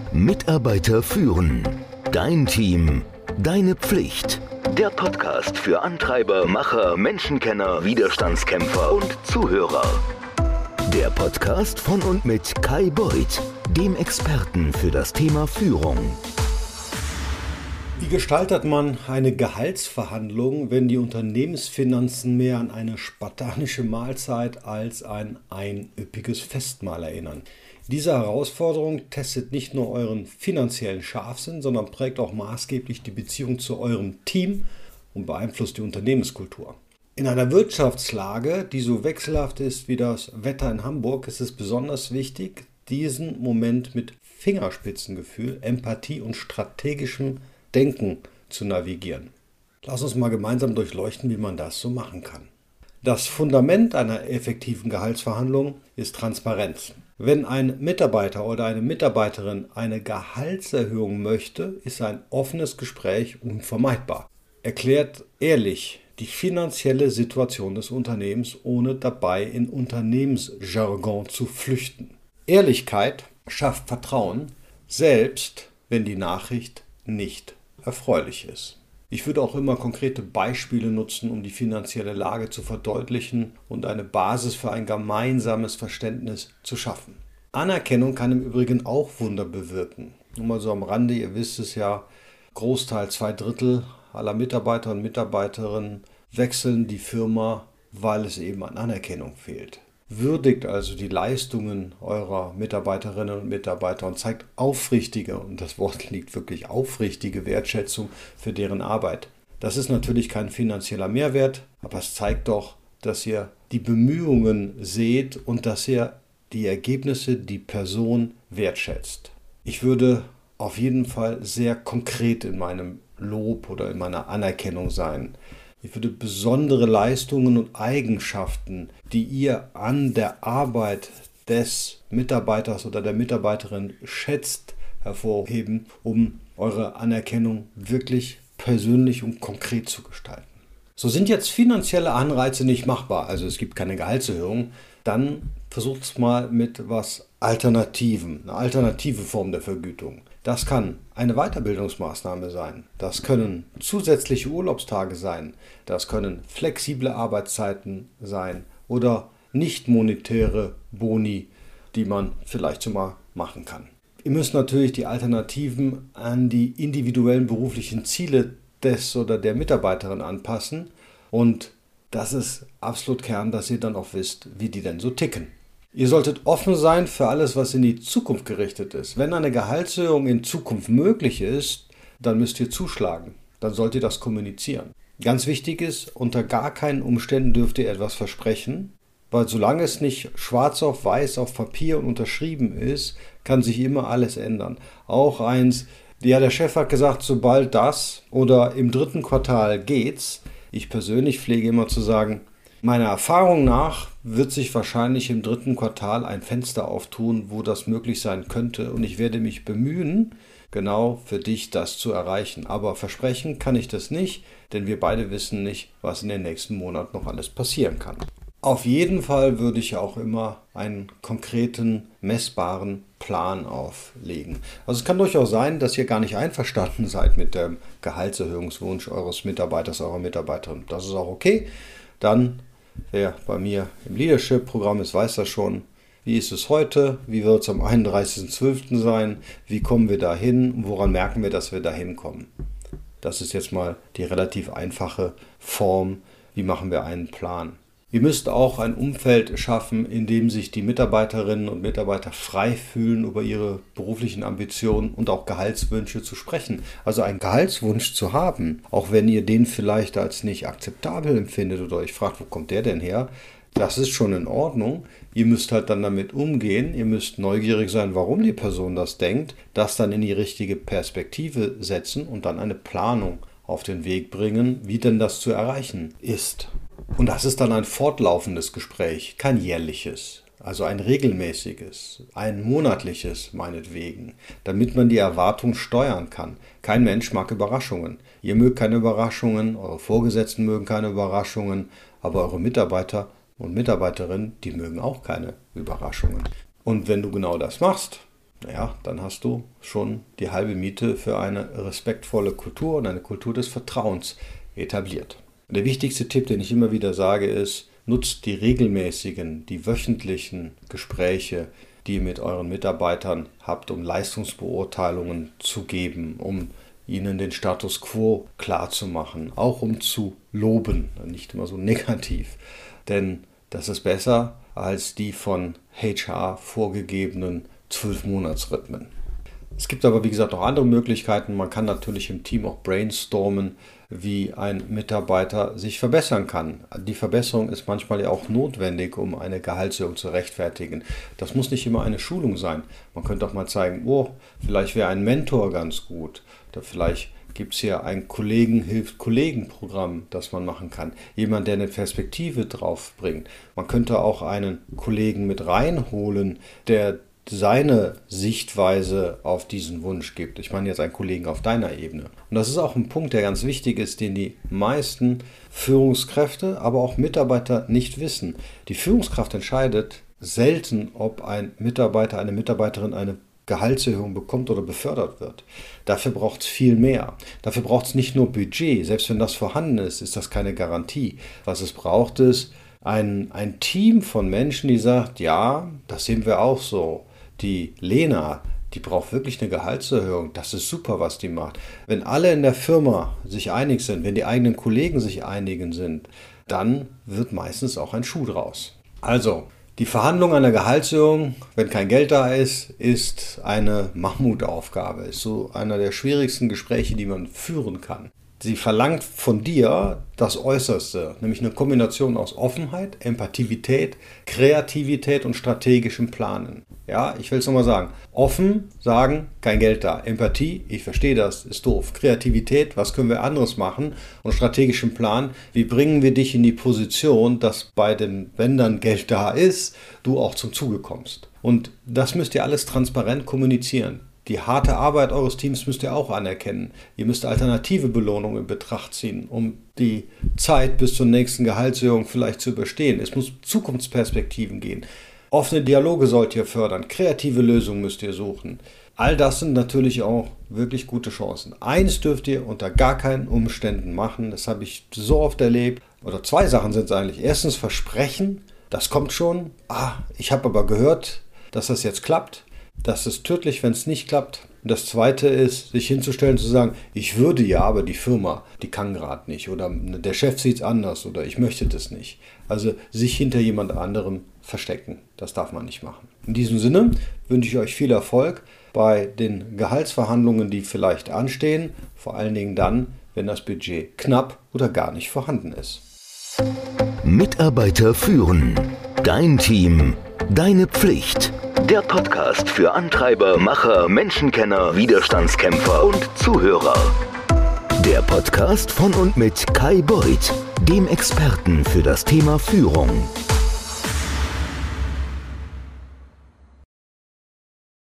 Mitarbeiter führen. Dein Team, deine Pflicht. Der Podcast für Antreiber, Macher, Menschenkenner, Widerstandskämpfer und Zuhörer. Der Podcast von und mit Kai Beuth, dem Experten für das Thema Führung. Wie gestaltet man eine Gehaltsverhandlung, wenn die Unternehmensfinanzen mehr an eine spartanische Mahlzeit als an ein üppiges Festmahl erinnern? Diese Herausforderung testet nicht nur euren finanziellen Scharfsinn, sondern prägt auch maßgeblich die Beziehung zu eurem Team und beeinflusst die Unternehmenskultur. In einer Wirtschaftslage, die so wechselhaft ist wie das Wetter in Hamburg, ist es besonders wichtig, diesen Moment mit Fingerspitzengefühl, Empathie und strategischem Denken zu navigieren. Lass uns mal gemeinsam durchleuchten, wie man das so machen kann. Das Fundament einer effektiven Gehaltsverhandlung ist Transparenz. Wenn ein Mitarbeiter oder eine Mitarbeiterin eine Gehaltserhöhung möchte, ist ein offenes Gespräch unvermeidbar. Erklärt ehrlich die finanzielle Situation des Unternehmens, ohne dabei in Unternehmensjargon zu flüchten. Ehrlichkeit schafft Vertrauen, selbst wenn die Nachricht nicht erfreulich ist. Ich würde auch immer konkrete Beispiele nutzen, um die finanzielle Lage zu verdeutlichen und eine Basis für ein gemeinsames Verständnis zu schaffen. Anerkennung kann im Übrigen auch Wunder bewirken. Nur mal so am Rande, ihr wisst es ja, Großteil, 2/3 aller Mitarbeiter und Mitarbeiterinnen wechseln die Firma, weil es eben an Anerkennung fehlt. Würdigt also die Leistungen eurer Mitarbeiterinnen und Mitarbeiter und zeigt aufrichtige, und das Wort liegt wirklich, aufrichtige Wertschätzung für deren Arbeit. Das ist natürlich kein finanzieller Mehrwert, aber es zeigt doch, dass ihr die Bemühungen seht und dass ihr die Ergebnisse, die Person wertschätzt. Ich würde auf jeden Fall sehr konkret in meinem Lob oder in meiner Anerkennung sein. Ich würde besondere Leistungen und Eigenschaften, die ihr an der Arbeit des Mitarbeiters oder der Mitarbeiterin schätzt, hervorheben, um eure Anerkennung wirklich persönlich und konkret zu gestalten. So, sind jetzt finanzielle Anreize nicht machbar, also es gibt keine Gehaltserhöhung, dann versucht es mal mit was Alternativem, eine alternative Form der Vergütung. Das kann eine Weiterbildungsmaßnahme sein, das können zusätzliche Urlaubstage sein, das können flexible Arbeitszeiten sein oder nicht monetäre Boni, die man vielleicht so mal machen kann. Ihr müsst natürlich die Alternativen an die individuellen beruflichen Ziele des oder der Mitarbeiterin anpassen und das ist absolut Kern, dass ihr dann auch wisst, wie die denn so ticken. Ihr solltet offen sein für alles, was in die Zukunft gerichtet ist. Wenn eine Gehaltserhöhung in Zukunft möglich ist, dann müsst ihr zuschlagen. Dann sollt ihr das kommunizieren. Ganz wichtig ist, unter gar keinen Umständen dürft ihr etwas versprechen, weil solange es nicht schwarz auf weiß auf Papier und unterschrieben ist, kann sich immer alles ändern. Auch eins, ja, der Chef hat gesagt, sobald das oder im 3. Quartal geht's. Ich persönlich pflege immer zu sagen, meiner Erfahrung nach wird sich wahrscheinlich im 3. Quartal ein Fenster auftun, wo das möglich sein könnte. Und ich werde mich bemühen, genau für dich das zu erreichen. Aber versprechen kann ich das nicht, denn wir beide wissen nicht, was in den nächsten Monaten noch alles passieren kann. Auf jeden Fall würde ich auch immer einen konkreten, messbaren Plan auflegen. Also es kann durchaus sein, dass ihr gar nicht einverstanden seid mit dem Gehaltserhöhungswunsch eures Mitarbeiters, eurer Mitarbeiterin. Das ist auch okay. Dann, wer bei mir im Leadership-Programm ist, weiß das schon. Wie ist es heute? Wie wird es am 31.12. sein? Wie kommen wir dahin? Woran merken wir, dass wir dahin kommen? Das ist jetzt mal die relativ einfache Form. Wie machen wir einen Plan? Ihr müsst auch ein Umfeld schaffen, in dem sich die Mitarbeiterinnen und Mitarbeiter frei fühlen, über ihre beruflichen Ambitionen und auch Gehaltswünsche zu sprechen. Also einen Gehaltswunsch zu haben, auch wenn ihr den vielleicht als nicht akzeptabel empfindet oder euch fragt, wo kommt der denn her? Das ist schon in Ordnung. Ihr müsst halt dann damit umgehen. Ihr müsst neugierig sein, warum die Person das denkt, das dann in die richtige Perspektive setzen und dann eine Planung auf den Weg bringen, wie denn das zu erreichen ist. Und das ist dann ein fortlaufendes Gespräch, kein jährliches, also ein regelmäßiges, ein monatliches meinetwegen, damit man die Erwartung steuern kann. Kein Mensch mag Überraschungen. Ihr mögt keine Überraschungen, eure Vorgesetzten mögen keine Überraschungen, aber eure Mitarbeiter und Mitarbeiterinnen, die mögen auch keine Überraschungen. Und wenn du genau das machst, naja, dann hast du schon die halbe Miete für eine respektvolle Kultur und eine Kultur des Vertrauens etabliert. Der wichtigste Tipp, den ich immer wieder sage, ist, nutzt die regelmäßigen, die wöchentlichen Gespräche, die ihr mit euren Mitarbeitern habt, um Leistungsbeurteilungen zu geben, um ihnen den Status quo klarzumachen, auch um zu loben, nicht immer so negativ. Denn das ist besser als die von HR vorgegebenen 12-Monats-Rhythmen. Es gibt aber, wie gesagt, noch andere Möglichkeiten. Man kann natürlich im Team auch brainstormen, wie ein Mitarbeiter sich verbessern kann. Die Verbesserung ist manchmal ja auch notwendig, um eine Gehaltserhöhung zu rechtfertigen. Das muss nicht immer eine Schulung sein. Man könnte auch mal zeigen, vielleicht wäre ein Mentor ganz gut. Oder vielleicht gibt es hier ein Kollegen-Hilft-Kollegen-Programm, das man machen kann. Jemand, der eine Perspektive drauf bringt. Man könnte auch einen Kollegen mit reinholen, der seine Sichtweise auf diesen Wunsch gibt. Ich meine jetzt einen Kollegen auf deiner Ebene. Und das ist auch ein Punkt, der ganz wichtig ist, den die meisten Führungskräfte, aber auch Mitarbeiter nicht wissen. Die Führungskraft entscheidet selten, ob ein Mitarbeiter, eine Mitarbeiterin eine Gehaltserhöhung bekommt oder befördert wird. Dafür braucht es viel mehr. Dafür braucht es nicht nur Budget. Selbst wenn das vorhanden ist, ist das keine Garantie. Was es braucht, ist ein Team von Menschen, die sagt, ja, das sehen wir auch so. Die Lena, die braucht wirklich eine Gehaltserhöhung. Das ist super, was die macht. Wenn alle in der Firma sich einig sind, wenn die eigenen Kollegen sich einig sind, dann wird meistens auch ein Schuh draus. Also, die Verhandlung einer Gehaltserhöhung, wenn kein Geld da ist, ist eine Mammutaufgabe. Ist so einer der schwierigsten Gespräche, die man führen kann. Sie verlangt von dir das Äußerste, nämlich eine Kombination aus Offenheit, Empathivität, Kreativität und strategischem Planen. Ja, ich will es nochmal sagen. Offen sagen, kein Geld da. Empathie, ich verstehe das, ist doof. Kreativität, was können wir anderes machen? Und strategischem Plan, wie bringen wir dich in die Position, dass wenn dann Geld da ist, du auch zum Zuge kommst. Und das müsst ihr alles transparent kommunizieren. Die harte Arbeit eures Teams müsst ihr auch anerkennen. Ihr müsst alternative Belohnungen in Betracht ziehen, um die Zeit bis zur nächsten Gehaltserhöhung vielleicht zu überstehen. Es muss Zukunftsperspektiven gehen. Offene Dialoge sollt ihr fördern. Kreative Lösungen müsst ihr suchen. All das sind natürlich auch wirklich gute Chancen. Eins dürft ihr unter gar keinen Umständen machen. Das habe ich so oft erlebt. Oder zwei Sachen sind es eigentlich. Erstens Versprechen. Das kommt schon. Ich habe aber gehört, dass das jetzt klappt. Das ist tödlich, wenn es nicht klappt. Und das Zweite ist, sich hinzustellen und zu sagen, ich würde ja, aber die Firma, die kann gerade nicht. Oder der Chef sieht es anders oder ich möchte das nicht. Also sich hinter jemand anderem verstecken. Das darf man nicht machen. In diesem Sinne wünsche ich euch viel Erfolg bei den Gehaltsverhandlungen, die vielleicht anstehen. Vor allen Dingen dann, wenn das Budget knapp oder gar nicht vorhanden ist. Mitarbeiter führen. Dein Team. Deine Pflicht. Der Podcast für Antreiber, Macher, Menschenkenner, Widerstandskämpfer und Zuhörer. Der Podcast von und mit Kai Beuth, dem Experten für das Thema Führung.